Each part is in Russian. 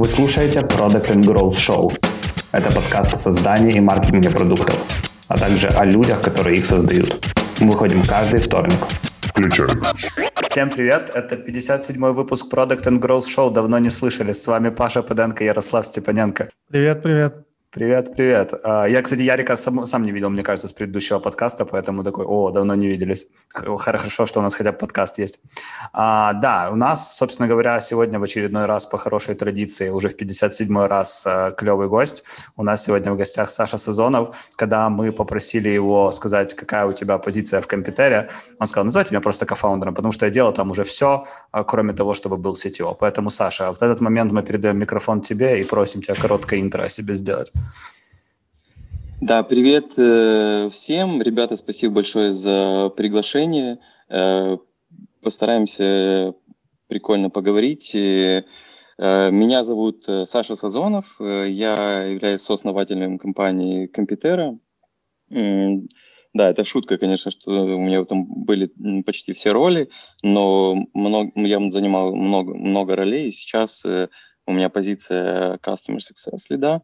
Вы слушаете Product and Growth Show. Это подкаст о создании и маркетинге продуктов, а также о людях, которые их создают. Мы выходим каждый вторник. Включаем. Всем привет, это 57-й выпуск Product and Growth Show. Давно не слышали. С вами Паша Пыденко и Ярослав Степаненко. Привет. Привет. Я, кстати, Ярика сам не видел, мне кажется, с предыдущего подкаста, поэтому такой, давно не виделись. Хорошо, что у нас хотя бы подкаст есть. Да, у нас, собственно говоря, сегодня в очередной раз по хорошей традиции, уже в 57-й раз клевый гость. У нас сегодня в гостях Саша Сазонов. Когда мы попросили его сказать, какая у тебя позиция в Компьютере, он сказал, называйте меня просто кофаундером, потому что я делал там уже все, кроме того, чтобы был CTO. Поэтому, Саша, в этот момент мы передаем микрофон тебе и просим тебя короткое интро о себе сделать. Да, привет всем. Ребята, спасибо большое за приглашение. Постараемся прикольно поговорить. Меня зовут Саша Сазонов. Я являюсь сооснователем компании Компьютера. Да, это шутка, конечно, что у меня там были почти все роли, но я занимал много ролей. И сейчас у меня позиция Customer Success Lead.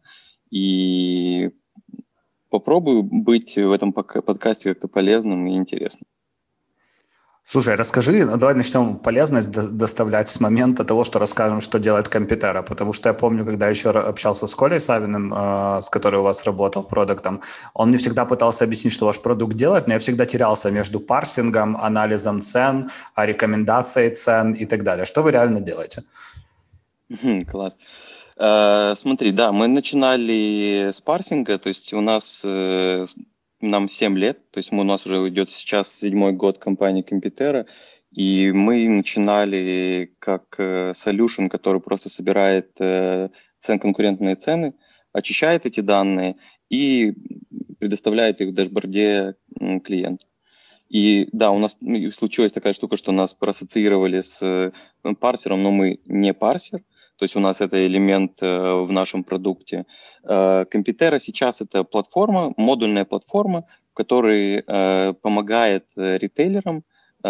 И попробую быть в этом подкасте как-то полезным и интересным. Слушай, расскажи, давай начнем полезность доставлять с момента того, что расскажем, что делает Компьютера, потому что я помню, когда я еще общался с Колей Савиным, с которой у вас работал продуктом, он мне всегда пытался объяснить, что ваш продукт делает, но я всегда терялся между парсингом, анализом цен, рекомендацией цен и так далее. Что вы реально делаете? Класс. Смотри, да, мы начинали с парсинга, то есть у нас, нам 7 лет, то есть у нас уже идет сейчас 7-й год компании Компьютера, и мы начинали как solution, который просто собирает конкурентные цены, очищает эти данные и предоставляет их в дашборде клиенту. И да, у нас случилась такая штука, что нас проассоциировали с парсером, но мы не парсер. То есть у нас это элемент в нашем продукте. Компьютера сейчас это платформа, модульная платформа, которая помогает ритейлерам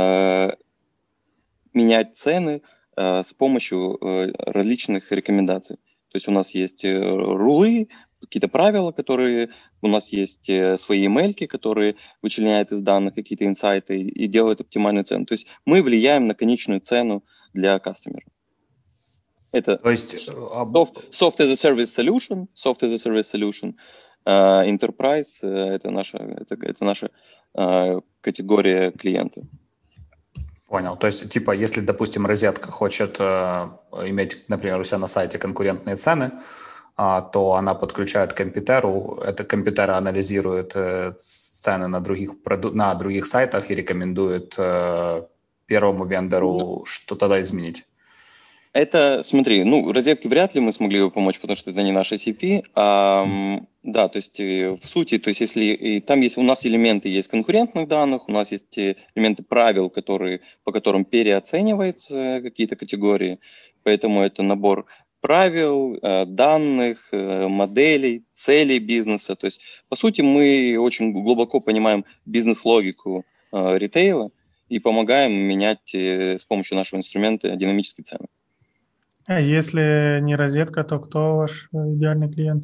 менять цены с помощью различных рекомендаций. То есть у нас есть рулы, какие-то правила, которые у нас есть свои email, которые вычленяют из данных какие-то инсайты и делают оптимальную цену. То есть мы влияем на конечную цену для кастомера. Это То есть soft as a service solution, enterprise это наша категория клиента. Понял. То есть, типа, если, допустим, розетка хочет иметь, например, у себя на сайте конкурентные цены, то она подключает к Компьютеру, это Компьютер анализирует цены на других сайтах и рекомендует первому вендору, что тогда изменить. Это, смотри, розетки вряд ли мы смогли бы помочь, потому что это не наш ICP. Да, то есть в сути, то есть если там есть у нас элементы есть конкурентных данных, у нас есть элементы правил, по которым переоцениваются какие-то категории, поэтому это набор правил, данных, моделей, целей бизнеса. То есть, по сути, мы очень глубоко понимаем бизнес-логику ритейла и помогаем менять с помощью нашего инструмента динамические цены. А если не розетка, то кто ваш идеальный клиент?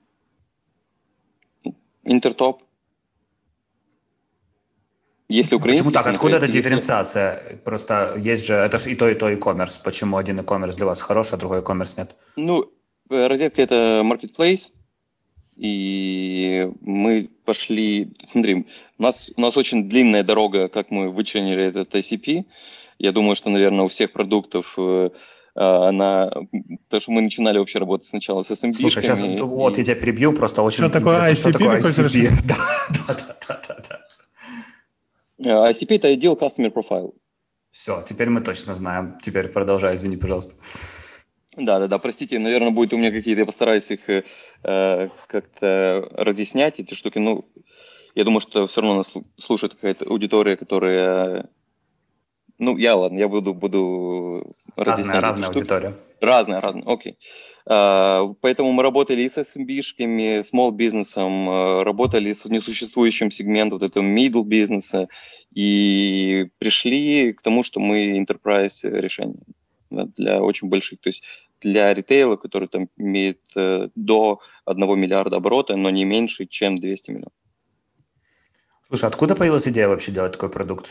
Интертоп. Если украинский... Почему так? Откуда эта дифференциация? Просто есть же, это же и то e-commerce. Почему один e-commerce для вас хороший, а другой e-commerce нет? Розетка – это marketplace, и мы пошли... Смотри, у нас очень длинная дорога, как мы вычленили этот ICP. Я думаю, что, наверное, у всех продуктов... то, что мы начинали вообще работать сначала с SMB-шками. Слушай, сейчас я тебя перебью, просто очень что такое интересно. ICP? Что такое ICP? Да. ICP – это Ideal Customer Profile. Все, теперь мы точно знаем. Теперь продолжай, извини, пожалуйста. Да, простите, наверное, будет у меня какие-то, я постараюсь их как-то разъяснять, эти штуки. Я думаю, что все равно нас слушает какая-то аудитория, которая... я буду разъяснять. Разная аудитория. Разная, окей. Поэтому мы работали и с SMB-шками, small бизнесом, работали с несуществующим сегментом вот этого middle бизнеса и пришли к тому, что мы enterprise решение. да, для очень больших, то есть для ритейла, который там имеет до 1 миллиарда оборота, но не меньше, чем 200 миллионов. Слушай, откуда появилась идея вообще делать такой продукт?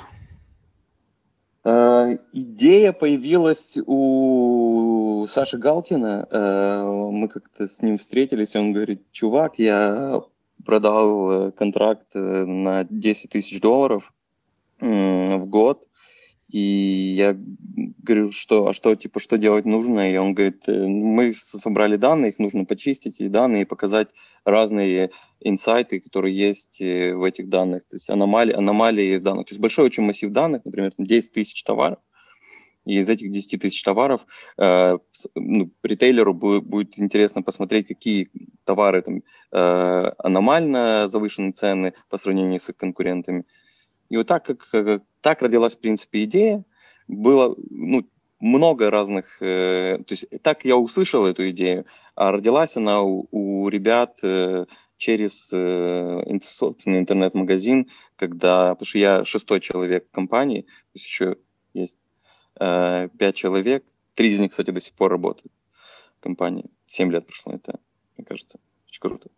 Идея появилась у Саши Галкина. Мы как-то с ним встретились, и он говорит: чувак, я продал контракт на $10 тысяч в год. И я говорю, что делать нужно? И он говорит: мы собрали данные, их нужно почистить, эти данные, и показать разные инсайты, которые есть в этих данных, то есть аномалии в данных. То есть большой очень массив данных, например, там 10 тысяч товаров, и из этих 10 тысяч товаров ритейлеру будет интересно посмотреть, какие товары там аномально завышенные цены по сравнению с их конкурентами. И вот так родилась, в принципе, идея. Было много разных... то есть так я услышал эту идею, а родилась она у ребят через собственный интернет-магазин, потому что я 6-й человек в компании, то есть еще есть 5 человек, 3 из них, кстати, до сих пор работают в компании. 7 лет прошло, это, мне кажется, очень круто.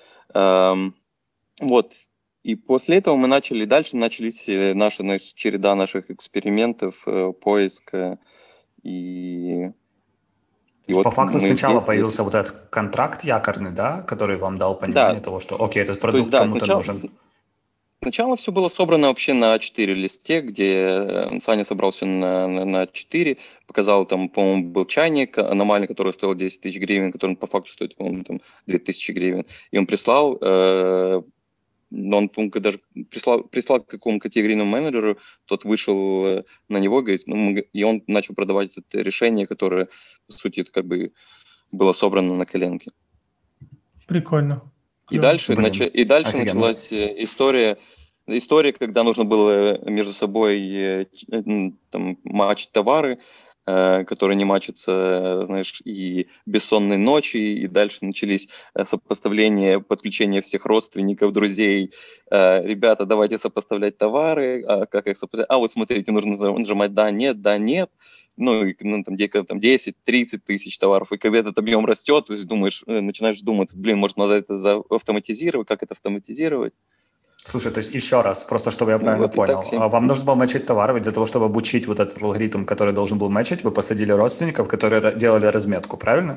Вот. И после этого начались череда наших экспериментов, поиска. И По вот факту мы сначала здесь. появился вот этот контракт якорный, да, который вам дал понимание Да, того, что окей, этот то есть продукт да, кому-то нужен. сначала все было собрано вообще на А4 листе, где Саня собрался на А4, показал там, по-моему, был чайник аномальный, который стоил 10 тысяч гривен, который по факту стоит, по-моему, там 2000 гривен. И он прислал, но он даже прислал к какому-то категорийному менеджеру, тот вышел на него, говорит, и он начал продавать это решение, которое, по сути, это как бы было собрано на коленке. Прикольно. И Клево. дальше Офигенно. началась история, когда нужно было между собой там, матчить товары, которые не матчатся, знаешь, и бессонные ночи, и дальше начались сопоставления, подключение всех родственников, друзей. Ребята, давайте сопоставлять товары, как их сопоставлять? Вот смотрите, нужно нажимать да, нет, там 10-30 тысяч товаров, и когда этот объем растет, то есть начинаешь думать, может, надо это автоматизировать, как это автоматизировать. Слушай, то есть еще раз, просто чтобы я правильно понял, вам нужно было матчить товары, для того, чтобы обучить вот этот алгоритм, который должен был матчить, вы посадили родственников, которые делали разметку, правильно?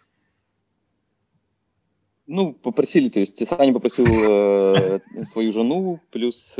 Попросили, то есть Саня попросил свою жену, плюс...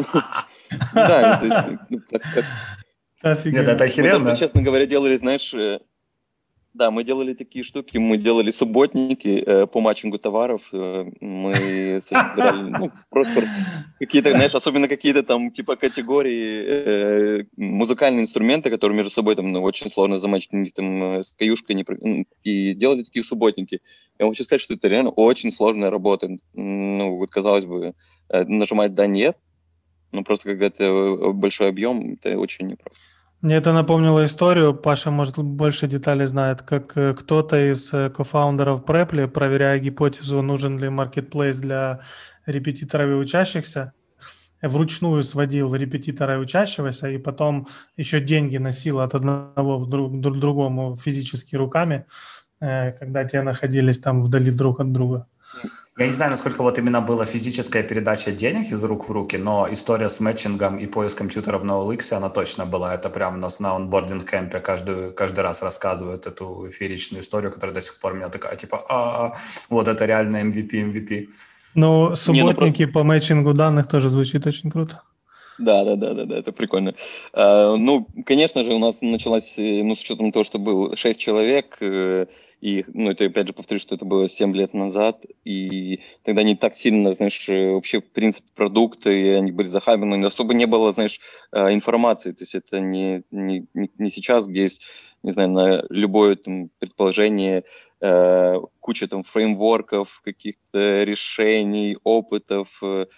Да, то есть как... Нет, это охеренно. Мы даже, честно говоря, делали, знаешь... Да, мы делали такие штуки, мы делали субботники по матчингу товаров, мы собирали, просто какие-то, знаешь, особенно какие-то там типа категории, музыкальные инструменты, которые между собой там очень сложно заматчить, у них там с каюшкой, и делали такие субботники. Я хочу сказать, что это реально очень сложная работа. Вот казалось бы, нажимать «да», «нет», но просто когда это большой объем, это очень непросто. Мне это напомнило историю, Паша, может, больше деталей знает, как кто-то из кофаундеров Preply, проверяя гипотезу, нужен ли маркетплейс для репетиторов и учащихся, вручную сводил репетитора и учащегося, и потом еще деньги носил от одного к другому физически руками, когда те находились там вдали друг от друга. Я не знаю, насколько вот именно была физическая передача денег из рук в руки, но история с мэтчингом и поиском тьютеров на OLX, она точно была. Это прямо у нас на онбординг-кемпе каждый раз рассказывают эту фееричную историю, которая до сих пор у меня такая, типа, вот это реально MVP. Ну, субботники по мэтчингу данных тоже звучит очень круто. Да, это прикольно. Конечно же, у нас началась, с учетом того, что было 6 человек, и, это, опять же, повторюсь, что это было 7 лет назад, и тогда не так сильно, знаешь, вообще, в принципе, продукты, они были захайпены, особо не было, знаешь, информации, то есть это не сейчас, где есть, не знаю, на любое там предположение куча там фреймворков, каких-то решений, опытов,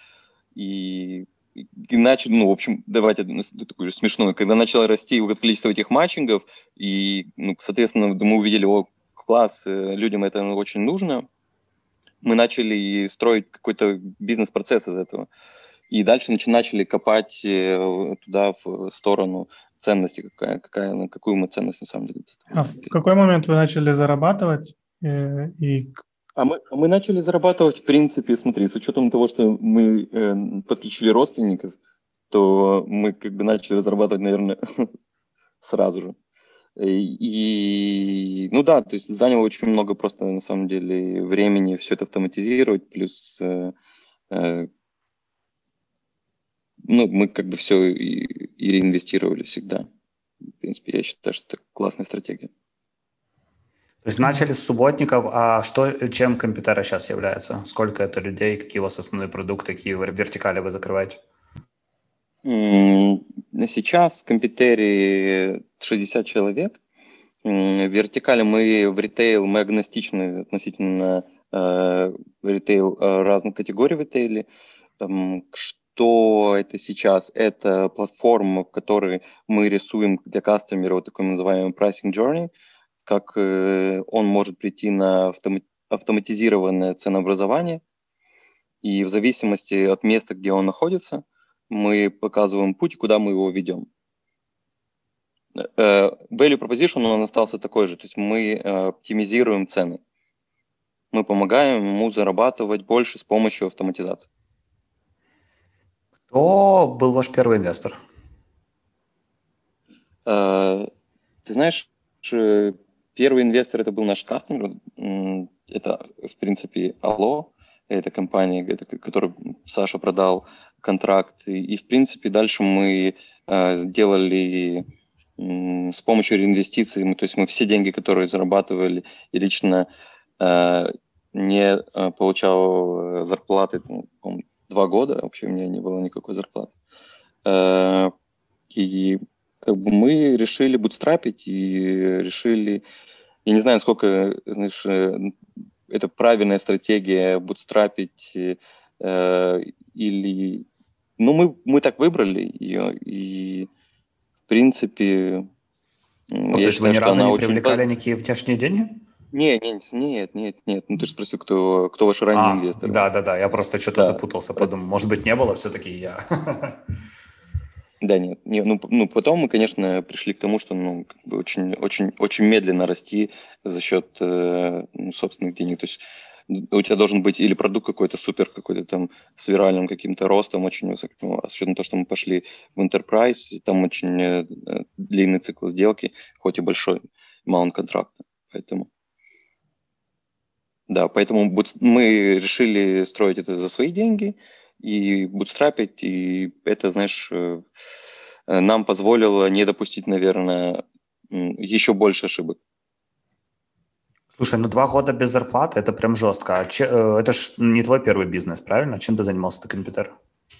и начали, в общем, давайте такую смешную, когда начало расти количество этих матчингов, и, соответственно, мы увидели, класс, людям это очень нужно, мы начали строить какой-то бизнес-процесс из этого. И дальше начали копать туда в сторону ценности, какую мы ценность на самом деле А в какой момент вы начали зарабатывать? Мы начали зарабатывать, в принципе, смотри, с учетом того, что мы подключили родственников, то мы как бы начали зарабатывать, наверное, сразу же. И, ну да, то есть заняло очень много просто, на самом деле, времени все это автоматизировать, плюс мы как бы все и реинвестировали всегда. В принципе, я считаю, что это классная стратегия. То есть начали с субботников, а чем Компьютера сейчас является? Сколько это людей, какие у вас основные продукты, какие вертикали вы закрываете? Сейчас в Компьютере 60 человек. В вертикали в ритейл, мы агностичны относительно ритейл разных категорий в ритейле. Что это сейчас? Это платформа, в которой мы рисуем для кастомера вот такой называемый pricing journey, как он может прийти на автоматизированное ценообразование, и в зависимости от места, где он находится, мы показываем путь, куда мы его ведем. Value proposition, он остался такой же, то есть мы оптимизируем цены. Мы помогаем ему зарабатывать больше с помощью автоматизации. Кто был ваш первый инвестор? Ты знаешь, первый инвестор это был наш кастомер. Это, в принципе, Allo. Это компания, которой Саша продал контракт. И в принципе, дальше мы сделали с помощью реинвестиций, то есть мы все деньги, которые зарабатывали, и лично не получал зарплаты, 2 года, вообще у меня не было никакой зарплаты. И как бы мы решили бутстрапить и решили, я не знаю, насколько, знаешь, это правильная стратегия бутстрапить или... Ну, мы так выбрали ее, и в принципе, То есть вы ни разу не привлекали никакие внешние деньги? Нет. Ну, ты же спросил, кто ваши ранние инвесторы. Да. Я просто что-то запутался, подумал, может быть, не было все-таки я. Да, нет. Ну, потом мы, конечно, пришли к тому, что как бы очень медленно расти за счет собственных денег. То есть у тебя должен быть или продукт какой-то супер, какой-то там с виральным каким-то ростом очень высоким, а с учетом того, что мы пошли в Enterprise, там очень длинный цикл сделки, хоть и большой маунт контракта. Поэтому мы решили строить это за свои деньги и бутстрапить, и это, знаешь, нам позволило не допустить, наверное, еще больше ошибок. Слушай, 2 года без зарплаты – это прям жестко. Это ж не твой первый бизнес, правильно? Чем ты занимался на Компьютер?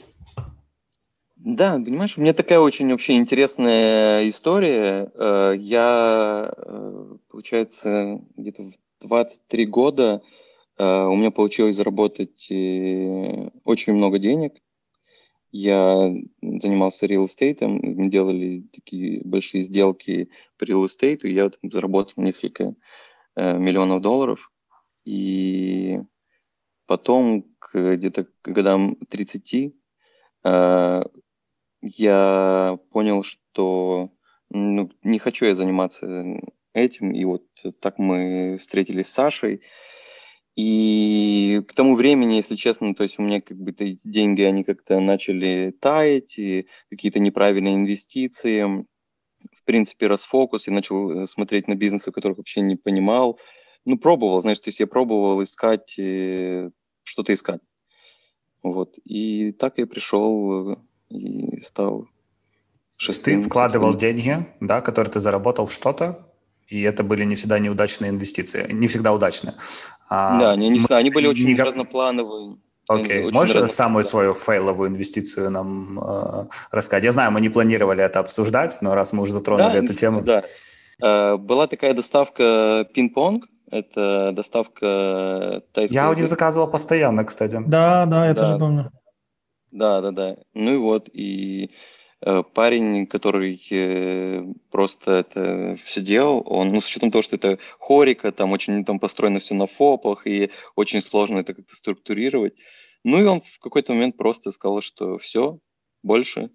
Да, понимаешь, у меня такая очень вообще интересная история. Я, получается, где-то в 23 года у меня получилось заработать очень много денег. Я занимался real estate, мы делали такие большие сделки по real estate, и я заработал несколько миллионов долларов. И потом, где-то к годам 30, я понял, что не хочу я заниматься этим. И вот так мы встретились с Сашей. И к тому времени, если честно, то есть у меня как бы эти деньги, они как-то начали таять, и какие-то неправильные инвестиции. В принципе, расфокус, я начал смотреть на бизнесы, которых вообще не понимал. Пробовал, знаешь, то есть я пробовал искать, что-то искать. Вот. И так я пришел и стал шестым. Ты вкладывал деньги, да, которые ты заработал в что-то, и это были не всегда неудачные инвестиции, не всегда удачные. Да, они были очень разноплановые. Окей. Можешь самую свою фейловую инвестицию нам рассказать? Я знаю, мы не планировали это обсуждать, но раз мы уже затронули эту тему. Да. Была такая доставка пинг-понг. Это доставка тайской Я у еды. них заказывал постоянно, кстати. Да, я тоже помню. Да. Ну и вот, и парень, который просто это все делал, он, с учетом того, что это хорика, там очень там построено все на ФОПах, и очень сложно это как-то структурировать. Ну и он в какой-то момент просто сказал, что все, больше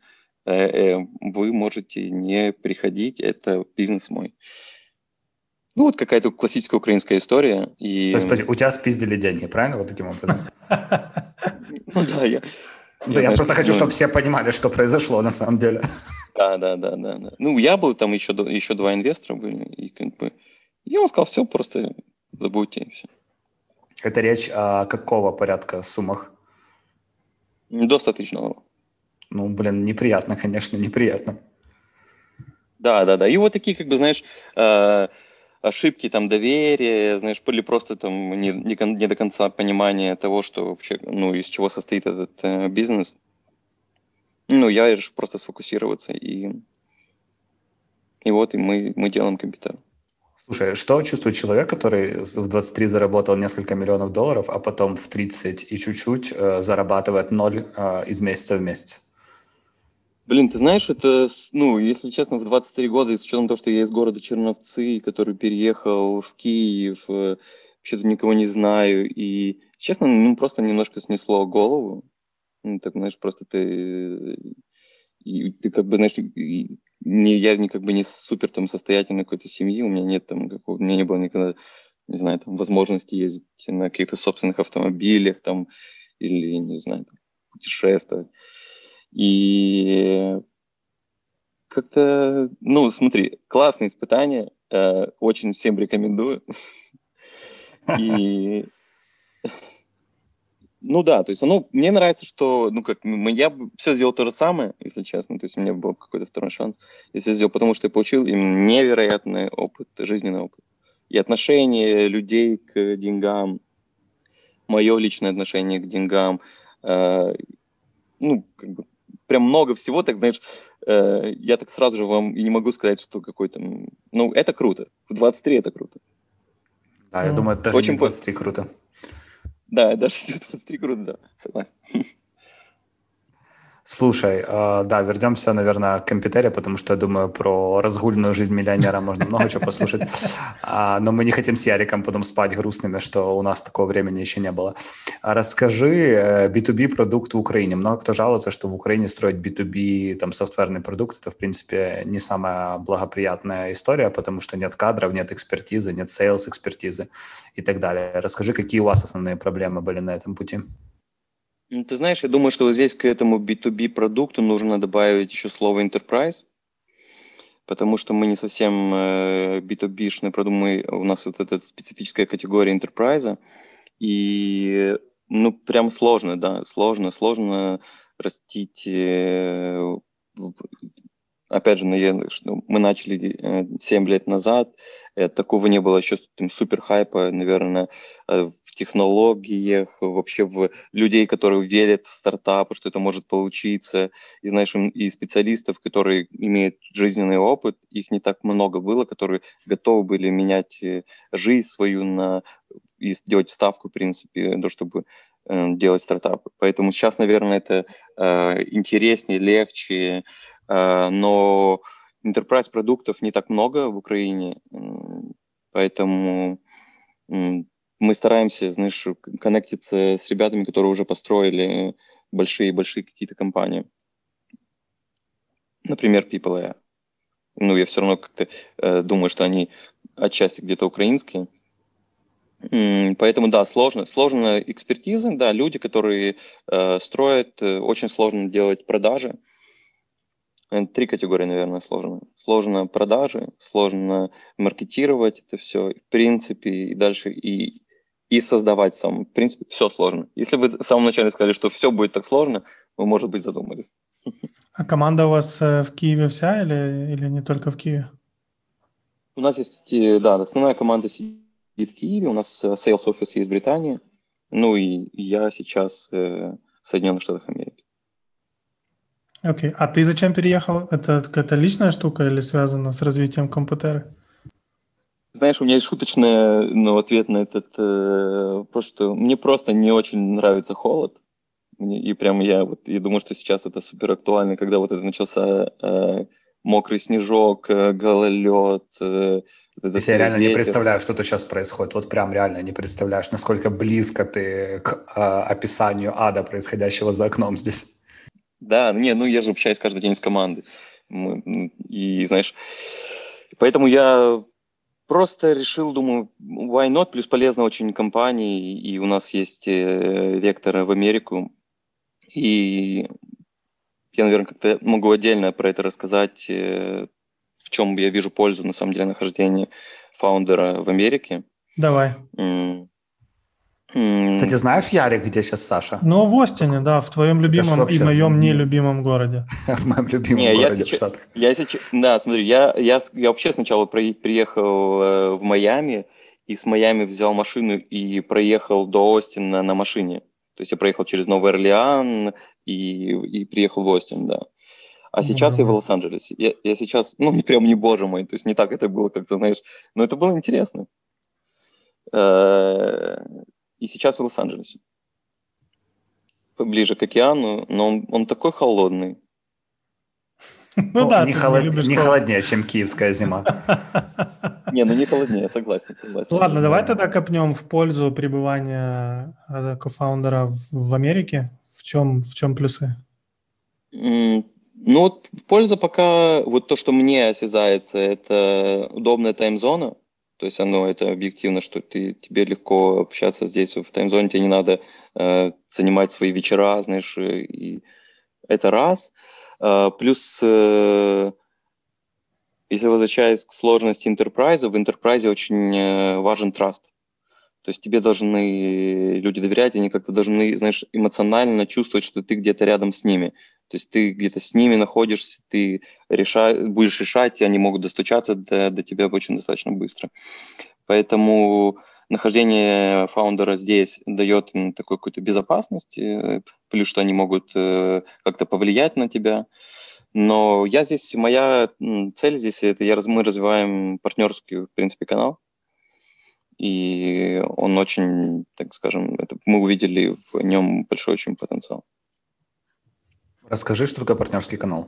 вы можете не приходить, это бизнес мой. Ну, вот какая-то классическая украинская история. И... То есть, подожди, у тебя спиздили деньги, правильно, вот таким образом? Ну да, я Я просто хочу, чтобы все понимали, что произошло на самом деле. Да. Ну, я был, там еще 2 инвестора были, и как бы я ему сказал, все, просто забудьте, и все. Это речь о какого порядка суммах? До $100 000. Ну, блин, неприятно, конечно, неприятно. Да. И вот такие, как бы, знаешь, ошибки, там, доверия, знаешь, или просто там не до конца понимания того, что вообще, ну, из чего состоит этот бизнес. Ну, я решил просто сфокусироваться, и вот, и мы делаем компьютер. Слушай, что чувствует человек, который в 23 заработал несколько миллионов долларов, а потом в 30 и чуть-чуть зарабатывает 0 из месяца в месяц? Блин, ты знаешь, это, ну, если честно, в 23 года, с учетом того, что я из города Черновцы, который переехал в Киев, вообще-то никого не знаю, и, честно, ну, просто немножко снесло голову. Ну, так, знаешь, просто ты как бы, знаешь, я как бы не супер там состоятельной какой-то семьи, у меня нет там у меня не было никогда, не знаю, там возможности ездить на каких-то собственных автомобилях там или, не знаю, там, путешествовать. И как-то, ну, смотри, классное испытание, очень всем рекомендую. И ну да, то есть мне нравится, что, ну как, я бы все сделал то же самое, если честно, то есть у меня был какой-то второй шанс, если сделал, потому что я получил им невероятный опыт, жизненный опыт. И отношение людей к деньгам, мое личное отношение к деньгам, ну, как бы, прям много всего, так, знаешь, я так сразу же вам и не могу сказать, что какой-то, ну, это круто, в 23 это круто. Да, я думаю, даже не 23 круто. Да, даже 23 круто, да, согласен. Слушай, да, вернемся, наверное, к компьютере, потому что, я думаю, про разгульную жизнь миллионера можно много чего послушать. Но мы не хотим с Яриком потом спать грустными, что у нас такого времени еще не было. Расскажи, B2B продукт в Украине. Много кто жалуется, что в Украине строить B2B, там, софтверный продукт, это, в принципе, не самая благоприятная история, потому что нет кадров, нет экспертизы, нет сейлс экспертизы и так далее. Расскажи, какие у вас основные проблемы были на этом пути? Ты знаешь, я думаю, что вот здесь к этому B2B продукту нужно добавить еще слово enterprise, потому что мы не совсем B2B-шный продукт, у нас вот эта специфическая категория enterprise, и ну прям сложно, да, сложно растить. Опять же, мы начали 7 лет назад, такого не было еще супер хайпа, наверное, в технологиях, вообще в людей, которые верят в стартапы, что это может получиться, и, знаешь, и специалистов, которые имеют жизненный опыт, их не так много было, которые готовы были менять жизнь свою и сделать ставку, в принципе, чтобы делать стартапы. Поэтому сейчас, наверное, это интереснее, легче, но enterprise продуктов не так много в Украине, поэтому мы стараемся, знаешь, коннектиться с ребятами, которые уже построили большие какие-то компании. Например, PeopleAI. Ну, я все равно как-то думаю, что они отчасти где-то украинские. Поэтому, да, сложно экспертиза, да, люди, которые строят, очень сложно делать продажи. 3 категории, наверное, сложно. Сложно продажи, сложно маркетировать это все, в принципе, и дальше и создавать сам. В принципе, все сложно. Если бы в самом начале сказали, что все будет так сложно, мы, может быть, задумались. А команда у вас в Киеве вся или не только в Киеве? У нас есть, да, основная команда сидит в Киеве, у нас sales офис есть в Британии, ну и я сейчас в Соединенных Штатах Америки. Окей. А ты зачем переехал? Это какая-то личная штука или связана с развитием компьютера? Знаешь, у меня есть шуточный ответ на этот вопрос, что мне просто не очень нравится холод. И прям я думаю, что сейчас это супер актуально, когда вот это начался мокрый снежок, гололед. Я реально не представляю, что тут сейчас происходит. Вот прям реально не представляешь, насколько близко ты к описанию ада, происходящего за окном здесь. Да, я же общаюсь каждый день с командой. И, знаешь, поэтому я просто решил, думаю, why not, плюс полезно очень компании, и у нас есть векторы в Америку, и я, наверное, как-то могу отдельно про это рассказать, в чем я вижу пользу, на самом деле, нахождения фаундера в Америке. Давай. Кстати, знаешь, Ярик, где сейчас Саша? Ну, в Остине, да, в твоем любимом вообще... и моем нелюбимом городе. В моем любимом городе в Штатах. Да, смотри, я вообще сначала приехал в Майами, и с Майами взял машину и проехал до Остина на машине. То есть я проехал через Новый Орлеан и приехал в Остин, да. А сейчас я в Лос-Анджелесе. Я сейчас, прям не боже мой, то есть не так это было, как-то, знаешь, но это было интересно. И сейчас в Лос-Анджелесе. Поближе к океану, но он такой холодный. Ну да, не холоднее, чем киевская зима. Не холоднее, согласен. Ладно, давай тогда копнем в пользу пребывания кофаундера в Америке. В чем плюсы? Польза пока, вот то, что мне осязается, это удобная таймзона. То есть это объективно, что тебе легко общаться здесь в таймзоне, тебе не надо занимать свои вечера, знаешь, и это раз. Плюс, если возвращаясь к сложности enterprise, в enterprise очень важен траст. То есть тебе должны люди доверять, они как-то должны, знаешь, эмоционально чувствовать, что ты где-то рядом с ними. То есть ты где-то с ними находишься, ты будешь решать, и они могут достучаться до тебя очень достаточно быстро. Поэтому нахождение фаундера здесь дает им такую какую-то безопасность, плюс что они могут как-то повлиять на тебя. Но моя цель здесь, мы развиваем партнерский, в принципе, канал. И он очень, так скажем, мы увидели в нем большой очень потенциал. Расскажи, что такое партнерский канал.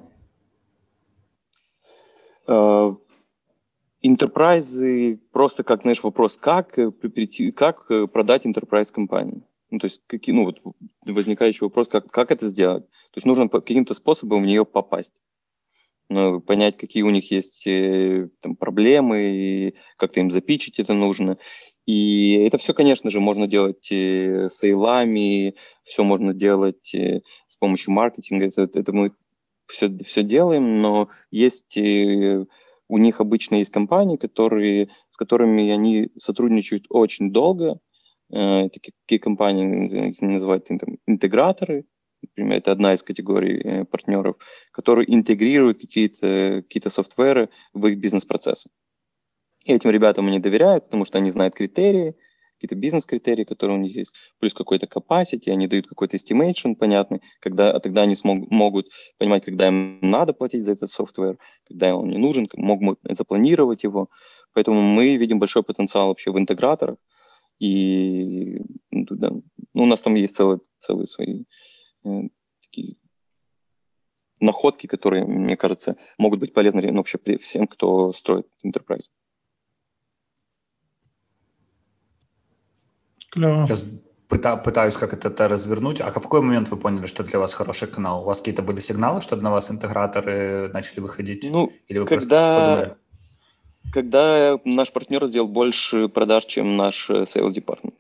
Enterprise, просто как, знаешь, вопрос, как продать enterprise компании. То есть, возникающий вопрос, как это сделать. То есть нужно каким-то способом в нее попасть. Понять, какие у них есть проблемы, и как-то им запичить это нужно. И это все, конечно же, можно делать сейлами, все можно делать с помощью маркетинга. Это мы все делаем, но есть у них обычно есть компании, с которыми они сотрудничают очень долго. Такие компании называют интеграторы. Например, это одна из категорий партнеров, которые интегрируют какие-то софтверы в их бизнес-процессы. И этим ребятам они доверяют, потому что они знают критерии, какие-то бизнес-критерии, которые у них есть, плюс какой-то capacity, они дают какой-то estimation понятный, тогда они могут понимать, когда им надо платить за этот софтвер, когда он не нужен, могут запланировать его. Поэтому мы видим большой потенциал вообще в интеграторах. И у нас там есть целые свои такие находки, которые, мне кажется, могут быть полезны вообще всем, кто строит enterprise. Клево. Сейчас пытаюсь как это развернуть. А в какой момент вы поняли, что для вас хороший канал? У вас какие-то были сигналы, что на вас интеграторы начали выходить? Или вы просто подумали? Когда наш партнер сделал больше продаж, чем наш sales департамент.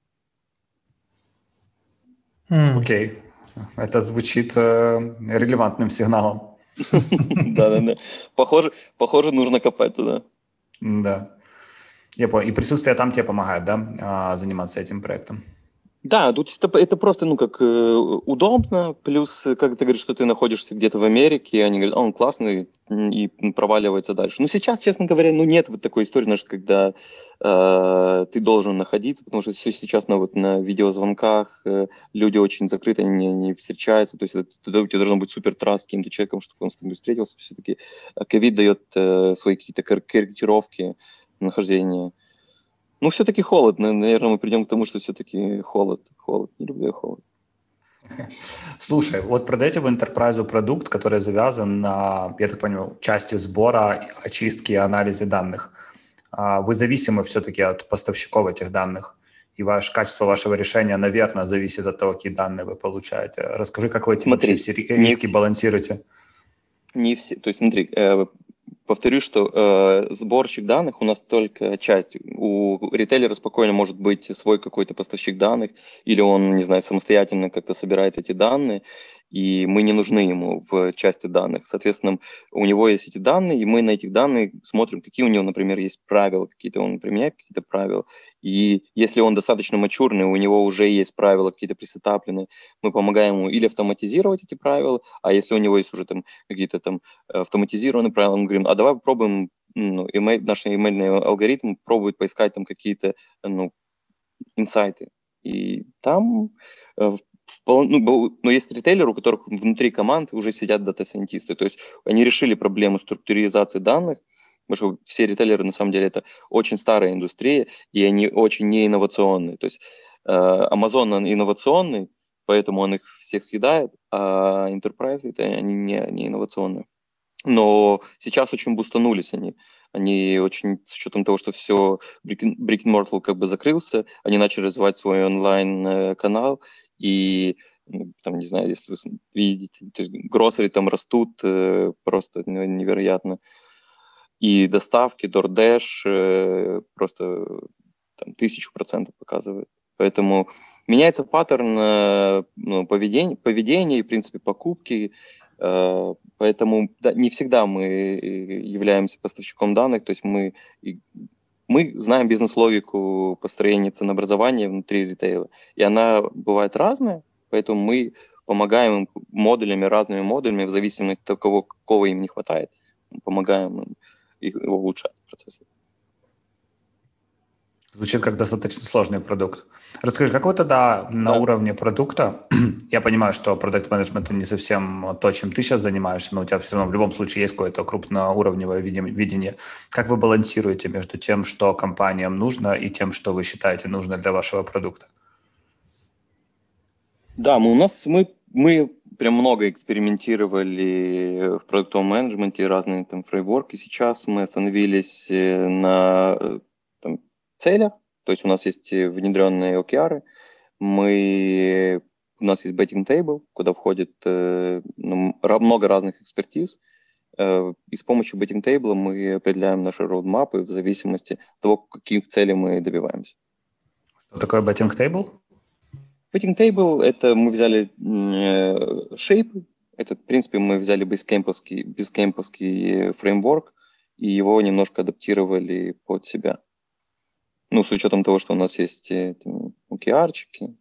Окей. Это звучит релевантным сигналом. Да. Похоже, нужно копать туда. Да. Я понял. И присутствие там тебе помогает, да, заниматься этим проектом? Да, тут это просто, удобно, плюс, как ты говоришь, что ты находишься где-то в Америке, и они говорят, он классный, и проваливается дальше. Сейчас, честно говоря, нет вот такой истории, знаешь, когда ты должен находиться, потому что сейчас на видеозвонках люди очень закрыты, они не встречаются, то есть у тебя должен быть супер траст с каким-то человеком, чтобы он с тобой встретился. Все-таки ковид дает свои какие-то корректировки нахождения. Все-таки холодно. Наверное, мы придем к тому, что все-таки холод. Не люблю я холод. Слушай, вот продаете в Enterprise продукт, который завязан на, я так понимаю, части сбора, очистки и анализе данных. Вы зависимы все-таки от поставщиков этих данных? и качество вашего решения, наверное, зависит от того, какие данные вы получаете. Расскажи, как вы эти вообще все риски балансируете? Не все. То есть смотри, повторюсь, что сборщик данных у нас только часть. У ритейлера спокойно может быть свой какой-то поставщик данных, или он, не знаю, самостоятельно как-то собирает эти данные, и мы не нужны ему в части данных. Соответственно, у него есть эти данные, и мы на этих данных смотрим, какие у него, например, есть правила, какие-то он применяет какие-то правила. И если он достаточно мачурный, у него уже есть правила какие-то пресетапленные, мы помогаем ему или автоматизировать эти правила, а если у него есть уже там какие-то там автоматизированные правила, мы говорим, а давай попробуем, наш email алгоритм пробует поискать там какие-то инсайты. И там но есть ритейлеры, у которых внутри команд уже сидят дата-сайентисты, то есть они решили проблему структуризации данных, потому что все ритейлеры, на самом деле, это очень старая индустрия, и они очень неинновационные. То есть Amazon он инновационный, поэтому он их всех съедает, а Enterprise это они не инновационные. Но сейчас очень бустанулись они. Они очень, с учетом того, что все, Brick and Mortal как бы закрылся, они начали развивать свой онлайн-канал, и там, не знаю, если вы видите, то есть гроссери там растут просто невероятно. И доставки, DoorDash просто там 1000% показывает. Поэтому меняется паттерн поведения и, в принципе, покупки. Поэтому не всегда мы являемся поставщиком данных, то есть мы знаем бизнес-логику построения ценообразования внутри ритейла, и она бывает разная, поэтому мы помогаем им разными модулями, в зависимости от того, какого им не хватает, помогаем им их улучшать процессы. Звучит как достаточно сложный продукт. Расскажи, как вы тогда на уровне продукта, я понимаю, что продакт-менеджмент не совсем то, чем ты сейчас занимаешься, но у тебя все равно в любом случае есть какое-то крупноуровневое видение. Как вы балансируете между тем, что компаниям нужно, и тем, что вы считаете нужно для вашего продукта? Да, мы прям много экспериментировали в продуктовом менеджменте, разные там фреймворки. Сейчас мы остановились на целях, то есть у нас есть внедренные OKR, у нас есть betting table, куда входит много разных экспертиз, и с помощью betting table мы определяем наши роудмапы в зависимости от того, каких целей мы добиваемся. Что такое betting table? Betting table — это мы взяли Shape, это, в принципе, мы взяли бейскемповский фреймворк, и его немножко адаптировали под себя. С учетом того, что у нас есть OKR-чики,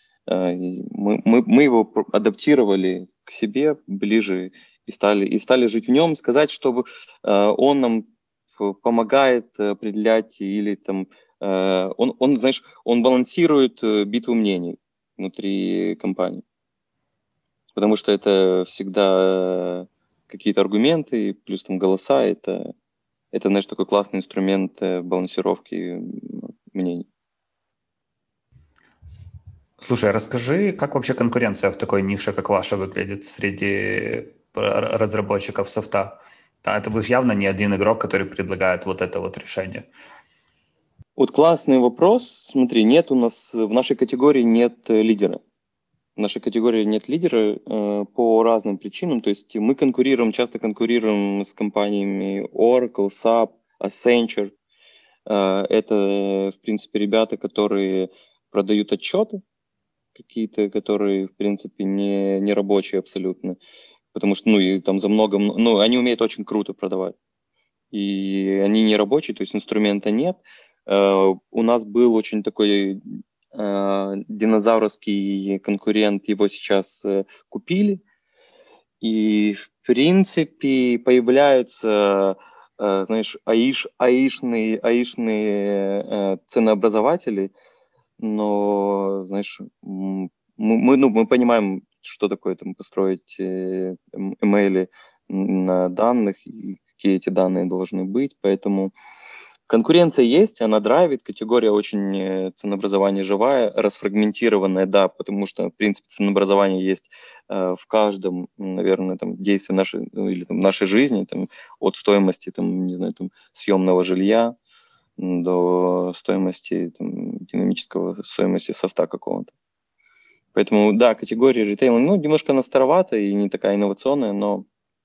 мы его адаптировали к себе ближе и стали жить в нем. Сказать, что он нам помогает определять или там он балансирует битву мнений внутри компании, потому что это всегда какие-то аргументы плюс там голоса. Это знаешь, такой классный инструмент балансировки мнений. Слушай, расскажи, как вообще конкуренция в такой нише, как ваша, выглядит среди разработчиков софта? Да, это вы же явно не один игрок, который предлагает вот это вот решение. Вот классный вопрос. Смотри, нет у нас в нашей категории нет лидера. В нашей категории нет лидера по разным причинам. То есть мы часто конкурируем с компаниями Oracle, SAP, Accenture. Это, в принципе, ребята, которые продают отчеты какие-то, которые, в принципе, не рабочие абсолютно. Потому что, и там они умеют очень круто продавать. И они не рабочие, то есть инструмента нет. У нас был очень такой динозаврский конкурент, его сейчас купили. И, в принципе, появляются, знаешь, аишные ценообразователи, но, знаешь, мы понимаем, что такое там построить эмейли на данных и какие эти данные должны быть, поэтому конкуренция есть, она драйвит, категория очень ценообразования живая, расфрагментированная, да, потому что, в принципе, ценообразование есть в каждом, наверное, там, действии нашей жизни, там, от стоимости, там, не знаю, там, съемного жилья до стоимости, там, динамического стоимости софта какого-то. Поэтому, да, категория ритейла, немножко она старовата и не такая инновационная, но...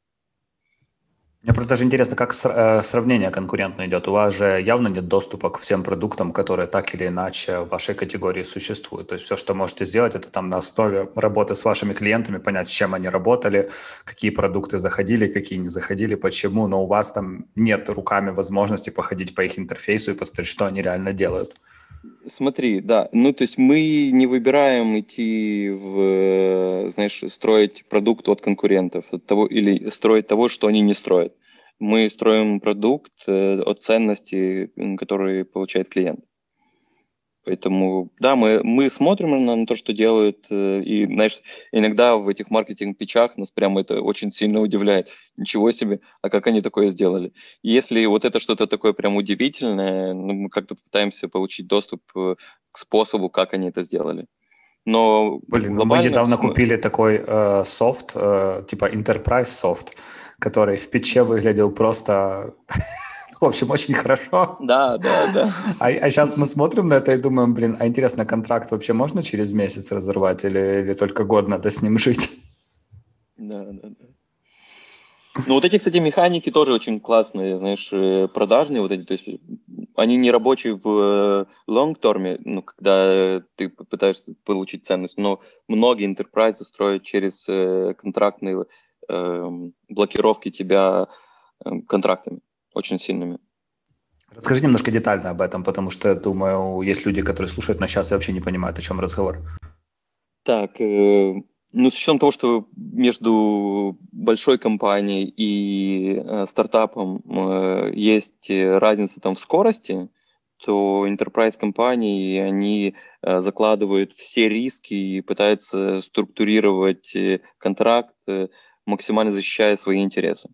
Мне просто даже интересно, как сравнение конкурентно идет. У вас же явно нет доступа к всем продуктам, которые так или иначе в вашей категории существуют. То есть все, что можете сделать, это там на основе работы с вашими клиентами понять, с чем они работали, какие продукты заходили, какие не заходили, почему. Но у вас там нет руками возможности походить по их интерфейсу и посмотреть, что они реально делают. Смотри, да, то есть мы не выбираем идти знаешь, строить продукт от конкурентов, от того, или строить того, что они не строят. Мы строим продукт от ценности, которые получает клиент. Поэтому, да, мы смотрим на то, что делают, и, знаешь, иногда в этих маркетинг-пичах нас прямо это очень сильно удивляет. Ничего себе, а как они такое сделали? И если вот это что-то такое прям удивительное, мы как-то пытаемся получить доступ к способу, как они это сделали. Но Блин, мы глобально... недавно купили такой софт, типа Enterprise софт, который в питче выглядел просто, в общем, очень хорошо. Да. А сейчас мы смотрим на это и думаем, блин, а интересно, контракт вообще можно через месяц разорвать или только год надо с ним жить? Да. Ну, вот эти, кстати, механики тоже очень классные, знаешь, продажные вот эти, то есть они не рабочие в long-терме, когда ты пытаешься получить ценность, но многие enterprise строят через контрактные блокировки тебя контрактами очень сильными. Расскажи немножко детально об этом, потому что, я думаю, есть люди, которые слушают нас сейчас и вообще не понимают, о чем разговор. Так, с учетом того, что между большой компанией и стартапом есть разница там в скорости, то enterprise компании, они закладывают все риски и пытаются структурировать контракт, максимально защищая свои интересы.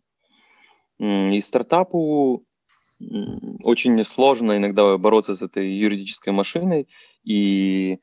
И стартапу очень сложно иногда бороться с этой юридической машиной, и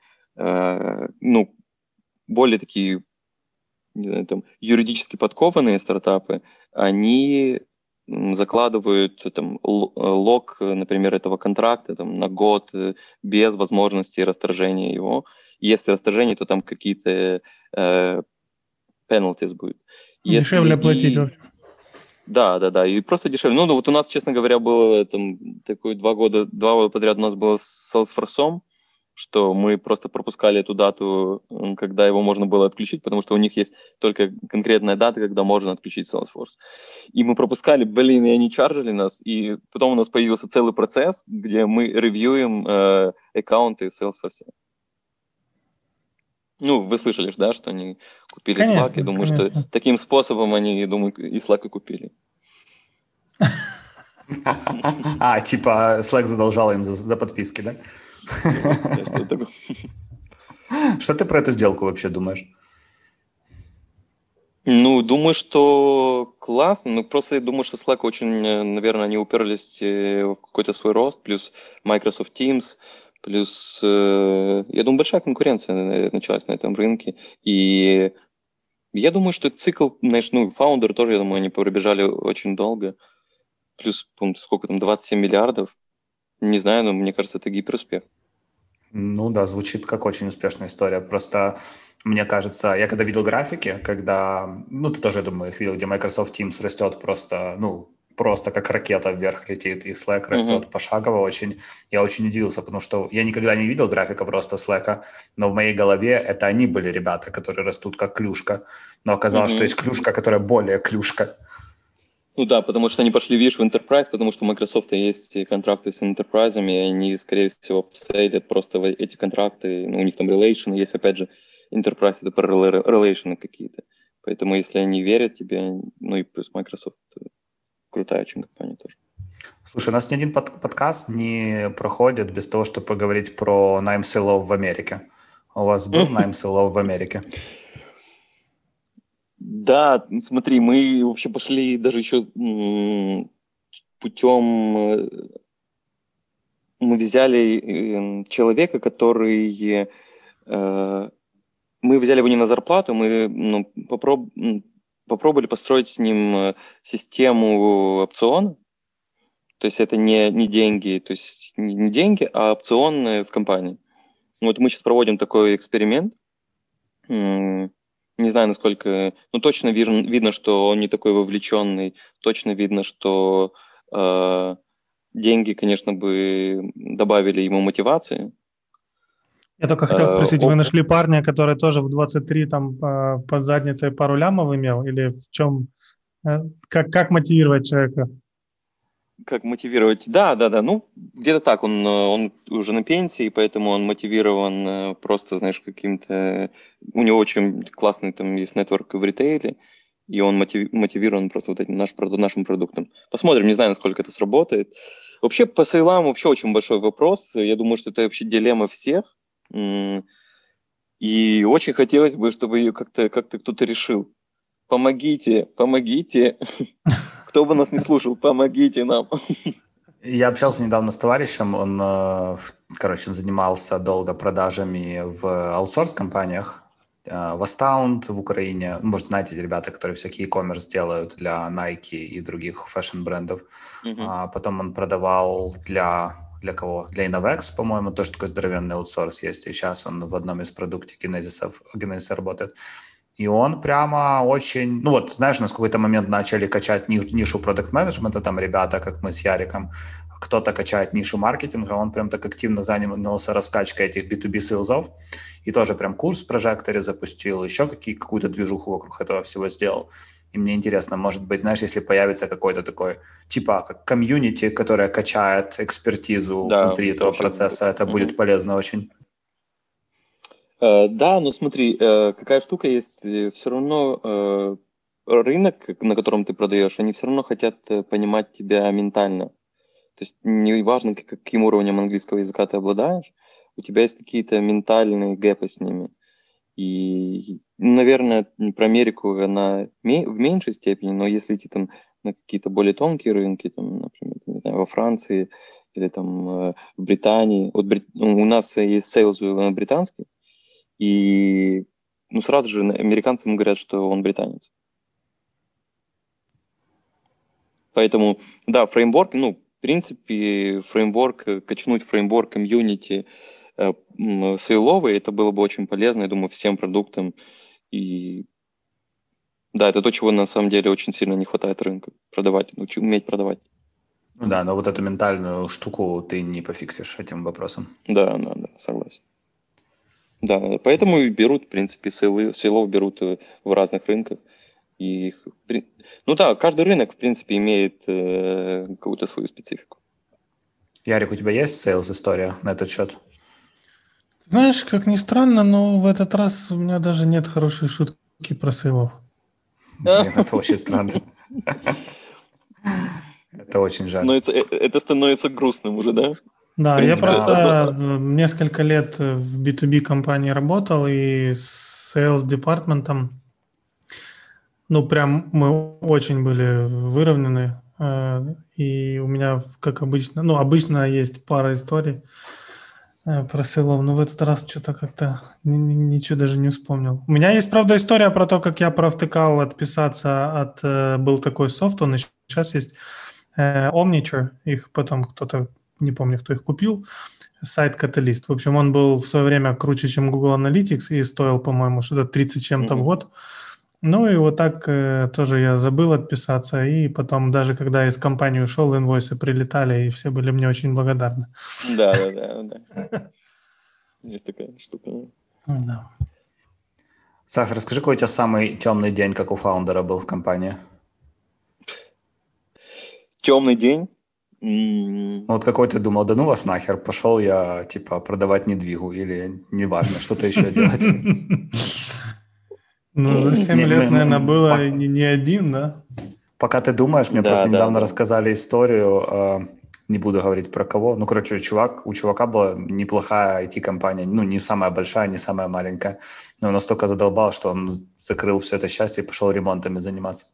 более такие, не знаю, там, юридически подкованные стартапы, они закладывают там лог, например, этого контракта там, на год без возможности расторжения его. Если расторжение, то там какие-то penalties будут. Дешевле платить вообще. Да, и просто дешевле. Вот у нас, честно говоря, было там такое 2 года подряд у нас было с Salesforce, что мы просто пропускали эту дату, когда его можно было отключить, потому что у них есть только конкретная дата, когда можно отключить Salesforce. И мы пропускали, и они чаржили нас, и потом у нас появился целый процесс, где мы ревьюем аккаунты в Salesforce. Вы слышали же, да, что они купили Slack. Я думаю, что таким способом они, я думаю, и Slack и купили. Типа Slack задолжал им за подписки, да? Что ты про эту сделку вообще думаешь? Думаю, что классно. Просто я думаю, что Slack очень, наверное, они уперлись в какой-то свой рост, плюс Microsoft Teams, плюс, я думаю, большая конкуренция началась на этом рынке. И я думаю, что цикл, знаешь, фаундеры тоже, я думаю, они пробежали очень долго. Плюс, сколько там, 27 миллиардов. Не знаю, но мне кажется, это гиперуспех. Да, звучит как очень успешная история. Просто мне кажется, я когда видел графики, когда, ты тоже, я думаю, их видел, где Microsoft Teams растет просто как ракета вверх летит, и Slack растет пошагово очень. Я очень удивился, потому что я никогда не видел графиков роста Slack, но в моей голове это они были ребята, которые растут как клюшка. Но оказалось, что есть клюшка, которая более клюшка. Да, потому что они пошли, видишь, в Enterprise, потому что у Microsoft есть контракты с Enterprise, и они, скорее всего, посадят просто эти контракты, у них там relation, есть, опять же, Enterprise — это про relation какие-то. Поэтому, если они верят тебе, и плюс Microsoft крутая очень компания тоже. Слушай, у нас ни один подкаст не проходит без того, чтобы поговорить про найм селов в Америке. У вас был найм селов в Америке? Да, смотри, мы вообще пошли даже еще путем... Мы взяли человека, который... Мы взяли его не на зарплату, мы попробовали построить с ним систему опционов. То есть это не деньги, то есть не деньги, а опционы в компании. Вот мы сейчас проводим такой эксперимент. Не знаю, насколько... Ну, точно видно, что он не такой вовлеченный. Точно видно, что деньги, конечно, бы добавили ему мотивации. Я только хотел спросить, вы нашли парня, который тоже в 23 там под задницей пару лямов имел? Или в чем... Как мотивировать человека? Как мотивировать? Да. Ну, где-то так. Он уже на пенсии, поэтому он мотивирован просто, знаешь, каким-то... У него очень классный там есть нетворк в ритейле, и он мотивирован просто вот этим нашим продуктом. Посмотрим, не знаю, насколько это сработает. Вообще, по сейлам вообще очень большой вопрос. Я думаю, что это вообще дилемма всех. И очень хотелось бы, чтобы ее как-то кто-то решил. Помогите. Кто бы нас не слушал, помогите нам. Я общался недавно с товарищем, он занимался долго продажами в аутсорс-компаниях, в Astound в Украине. Может, знаете, ребята, которые всякие e-commerce делают для Nike и других фэшн-брендов. Потом он продавал для кого? Для Innovex, по-моему, тоже такой здоровенный аутсорс есть. И сейчас он в одном из продуктов Genesis работает. И он прямо очень... Ну вот, знаешь, на какой-то момент начали качать нишу продакт-менеджмента, там ребята, как мы с Яриком, кто-то качает нишу маркетинга, он прям так активно занялся раскачкой этих B2B сейлзов, и тоже прям курс в Прожекторе запустил, еще какую-то движуху вокруг этого всего сделал. И мне интересно, может быть, знаешь, если появится какой-то такой, типа, как комьюнити, которое качает экспертизу внутри этого процесса, это будет полезно очень. Да, но смотри, какая штука есть, все равно рынок, на котором ты продаешь, они все равно хотят понимать тебя ментально. То есть не важно, каким уровнем английского языка ты обладаешь, у тебя есть какие-то ментальные гэпы с ними. И, наверное, про Америку она в меньшей степени, но если идти там на какие-то более тонкие рынки, там, например, не знаю, во Франции или там в Британии, вот у нас есть сейлз британский, и сразу же американцам говорят, что он британец. Поэтому, да, фреймворк, в принципе, качнуть фреймворк комьюнити сейловый, это было бы очень полезно, я думаю, всем продуктам. И да, это то, чего на самом деле очень сильно не хватает рынку. Уметь продавать. Да, но вот эту ментальную штуку ты не пофиксишь этим вопросом. Да, согласен. Да, поэтому и берут, в принципе, сейлов берут в разных рынках. И каждый рынок, в принципе, имеет какую-то свою специфику. Ярик, у тебя есть сейлс-история на этот счет? Знаешь, как ни странно, но в этот раз у меня даже нет хорошей шутки про сейлов. Блин, это очень странно. Это очень жаль. Это становится грустным уже, да? Да, я просто несколько лет в B2B компании работал, и с sales департаментом, прям мы очень были выровнены. И у меня, как обычно, обычно есть пара историй про сейлов, но в этот раз что-то как-то ничего даже не вспомнил. У меня есть, правда, история про то, как я провтыкал отписаться от... Был такой софт, он и сейчас есть, Omniture, их потом кто-то, не помню, кто их купил, сайт Catalyst. В общем, он был в свое время круче, чем Google Analytics и стоил, по-моему, что-то 30 чем-то в год. Ну и вот так тоже я забыл отписаться, и потом даже когда из компании ушел, инвойсы прилетали, и все были мне очень благодарны. Да. Есть такая штука. Да. Саша, расскажи, какой у тебя самый темный день, как у фаундера, был в компании? Темный день? Вот какой ты думал, да ну вас нахер, пошел я, продавать недвигу, или неважно, что-то еще делать? За 7 лет, наверное, было не один, да? Пока ты думаешь, мне просто недавно рассказали историю, не буду говорить про кого, у чувака была неплохая IT-компания, не самая большая, не самая маленькая, но он настолько задолбал, что он закрыл все это счастье и пошел ремонтами заниматься.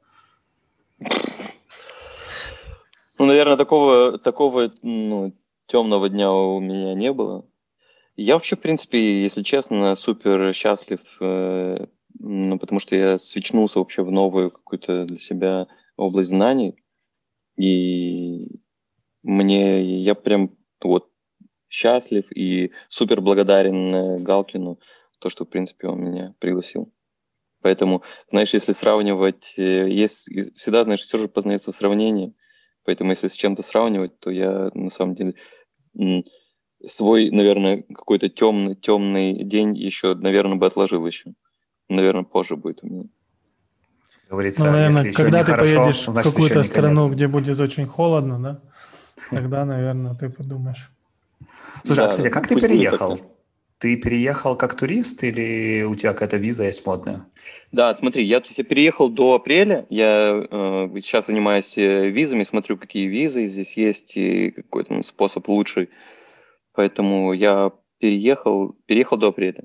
Наверное, такого темного дня у меня не было. Я вообще, в принципе, если честно, супер счастлив, потому что я свичнулся вообще в новую какую-то для себя область знаний. И Я прям вот счастлив и супер благодарен Галкину, то, что, в принципе, он меня пригласил. Поэтому, знаешь, если сравнивать, всегда, знаешь, все же познается в сравнении. Поэтому, если с чем-то сравнивать, то я, на самом деле, свой, наверное, какой-то темный день еще, наверное, бы отложил еще. Наверное, позже будет у меня. Говорится, Ну, наверное, если еще когда не ты хорошо, поедешь в значит, еще какую-то не страну, конец. где будет очень холодно, да, тогда, наверное, ты подумаешь. Слушай, а, кстати, как ты пусть будет переехал? так. Ты переехал как турист или у тебя какая-то виза есть модная? Да, смотри, я переехал до апреля, я сейчас занимаюсь визами, смотрю, какие визы здесь есть и какой там способ лучший. Поэтому я переехал до апреля.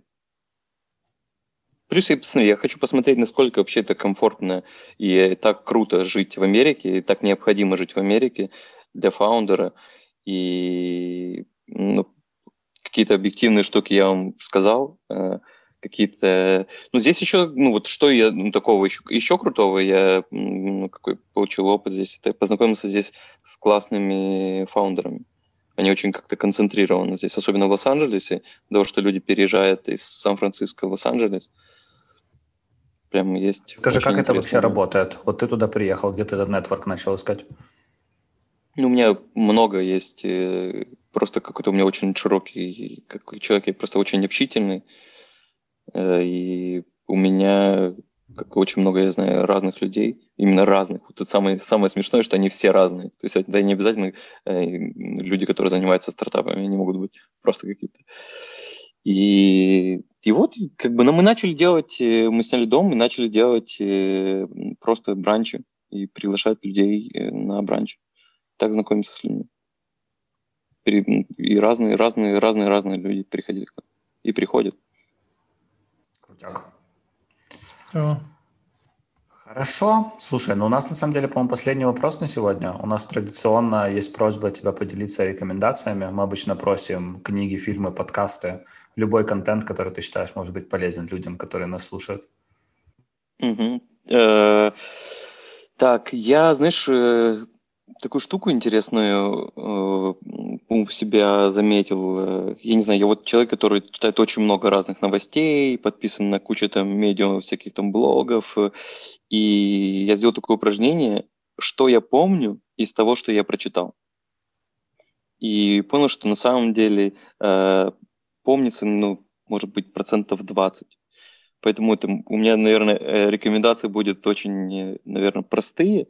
Плюс, я хочу посмотреть, насколько вообще это комфортно и так круто жить в Америке, и так необходимо жить в Америке для фаундера. И какие-то объективные штуки я вам сказал, какие-то... Ну, здесь еще, вот что я такого еще крутого, я какой получил опыт здесь, это познакомился здесь с классными фаундерами. Они очень как-то концентрированы здесь, особенно в Лос-Анджелесе, того, что люди переезжают из Сан-Франциско в Лос-Анджелес. Прям есть Скажи, очень как это вообще интересные люди. работает? Вот ты туда приехал, где ты этот нетворк начал искать? Ну, у меня много есть, просто какой-то у меня очень широкий какой человек, я просто очень общительный, и у меня очень много, я знаю, разных людей, именно разных. Вот это самое смешное, что они все разные. То есть это не обязательно люди, которые занимаются стартапами, они могут быть просто какие-то. И вот, как бы, мы начали делать, мы сняли дом, мы начали делать просто бранчи и приглашать людей на бранч. Так знакомиться с людьми. И разные люди приходили и приходят. Крутяк. Все. Хорошо. Слушай, ну у нас на самом деле, по-моему, последний вопрос на сегодня. У нас традиционно есть просьба тебя поделиться рекомендациями. Мы обычно просим книги, фильмы, подкасты, любой контент, который ты считаешь может быть полезен людям, которые нас слушают. Угу. Так, я, знаешь, такую штуку интересную у себя заметил. Я не знаю, я вот человек, который читает очень много разных новостей, подписан на кучу там медиа, всяких там блогов, и я сделал такое упражнение, что я помню из того, что я прочитал. И понял, что на самом деле помнится, может быть, 20%. Поэтому у меня, наверное, рекомендации будут очень, наверное, простые.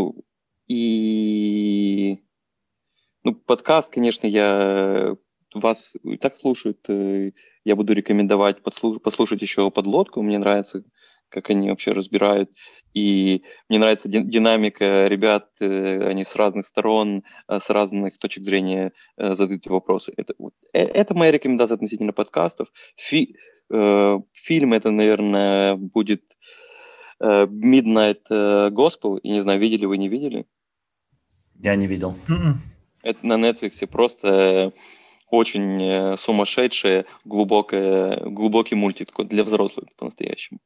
Подкаст, конечно, вас и так слушают. Я буду рекомендовать послушать еще «Подлодку». Мне нравится, как они вообще разбирают. И мне нравится динамика ребят. Они с разных сторон, с разных точек зрения задают вопросы. Это моя рекомендация относительно подкастов. Фильм это, наверное, будет Midnight Gospel. Я не знаю, видели вы, не видели? Я не видел. Это на Netflix просто очень сумасшедший, глубокий мультик такой для взрослых по-настоящему.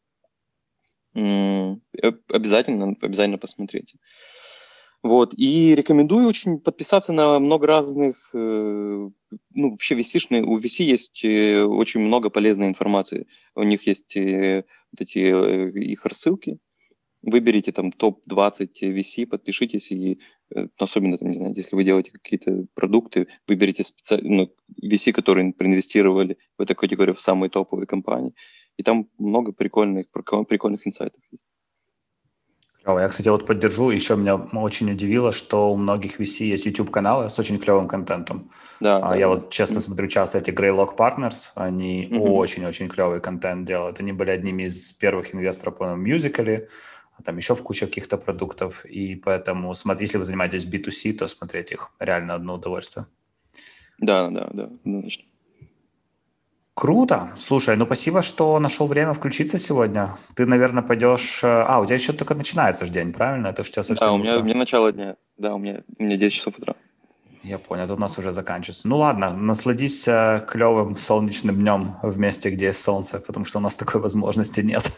Обязательно посмотрите. Вот. И рекомендую очень подписаться на много разных, вообще у VC есть очень много полезной информации. У них есть вот эти их рассылки. Выберите там топ-20 VC, подпишитесь, и особенно, там, не знаю, если вы делаете какие-то продукты, выберите VC, которые проинвестировали в эту категорию в самые топовые компании. И там много прикольных инсайтов есть. Я, кстати, вот поддержу. Еще меня очень удивило, что у многих VC есть YouTube-каналы с очень клевым контентом. Я вот честно смотрю часто эти Greylock Partners, они очень-очень клевый контент делают. Они были одними из первых инвесторов по Musical.ly, а там еще в куче каких-то продуктов. И поэтому, если вы занимаетесь B2C, то смотреть их реально одно удовольствие. Да, конечно. Круто. Слушай, спасибо, что нашел время включиться сегодня. Ты, наверное, пойдешь... у тебя еще только начинается же день, правильно? Это же у тебя совсем утро. Да, у меня начало дня. Да, у меня 10 часов утра. Я понял, это у нас уже заканчивается. Ну ладно, насладись клевым солнечным днем в месте, где есть солнце, потому что у нас такой возможности нет.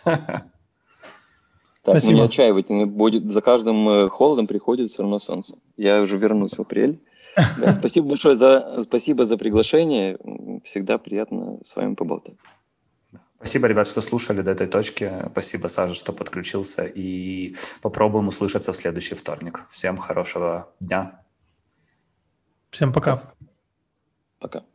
Так, не отчаивайтесь, за каждым холодом приходит все равно солнце. Я уже вернусь в апрель. Да, спасибо за приглашение. Всегда приятно с вами поболтать. Спасибо, ребят, что слушали до этой точки. Спасибо, Саша, что подключился. И попробуем услышаться в следующий вторник. Всем хорошего дня. Всем пока. Пока.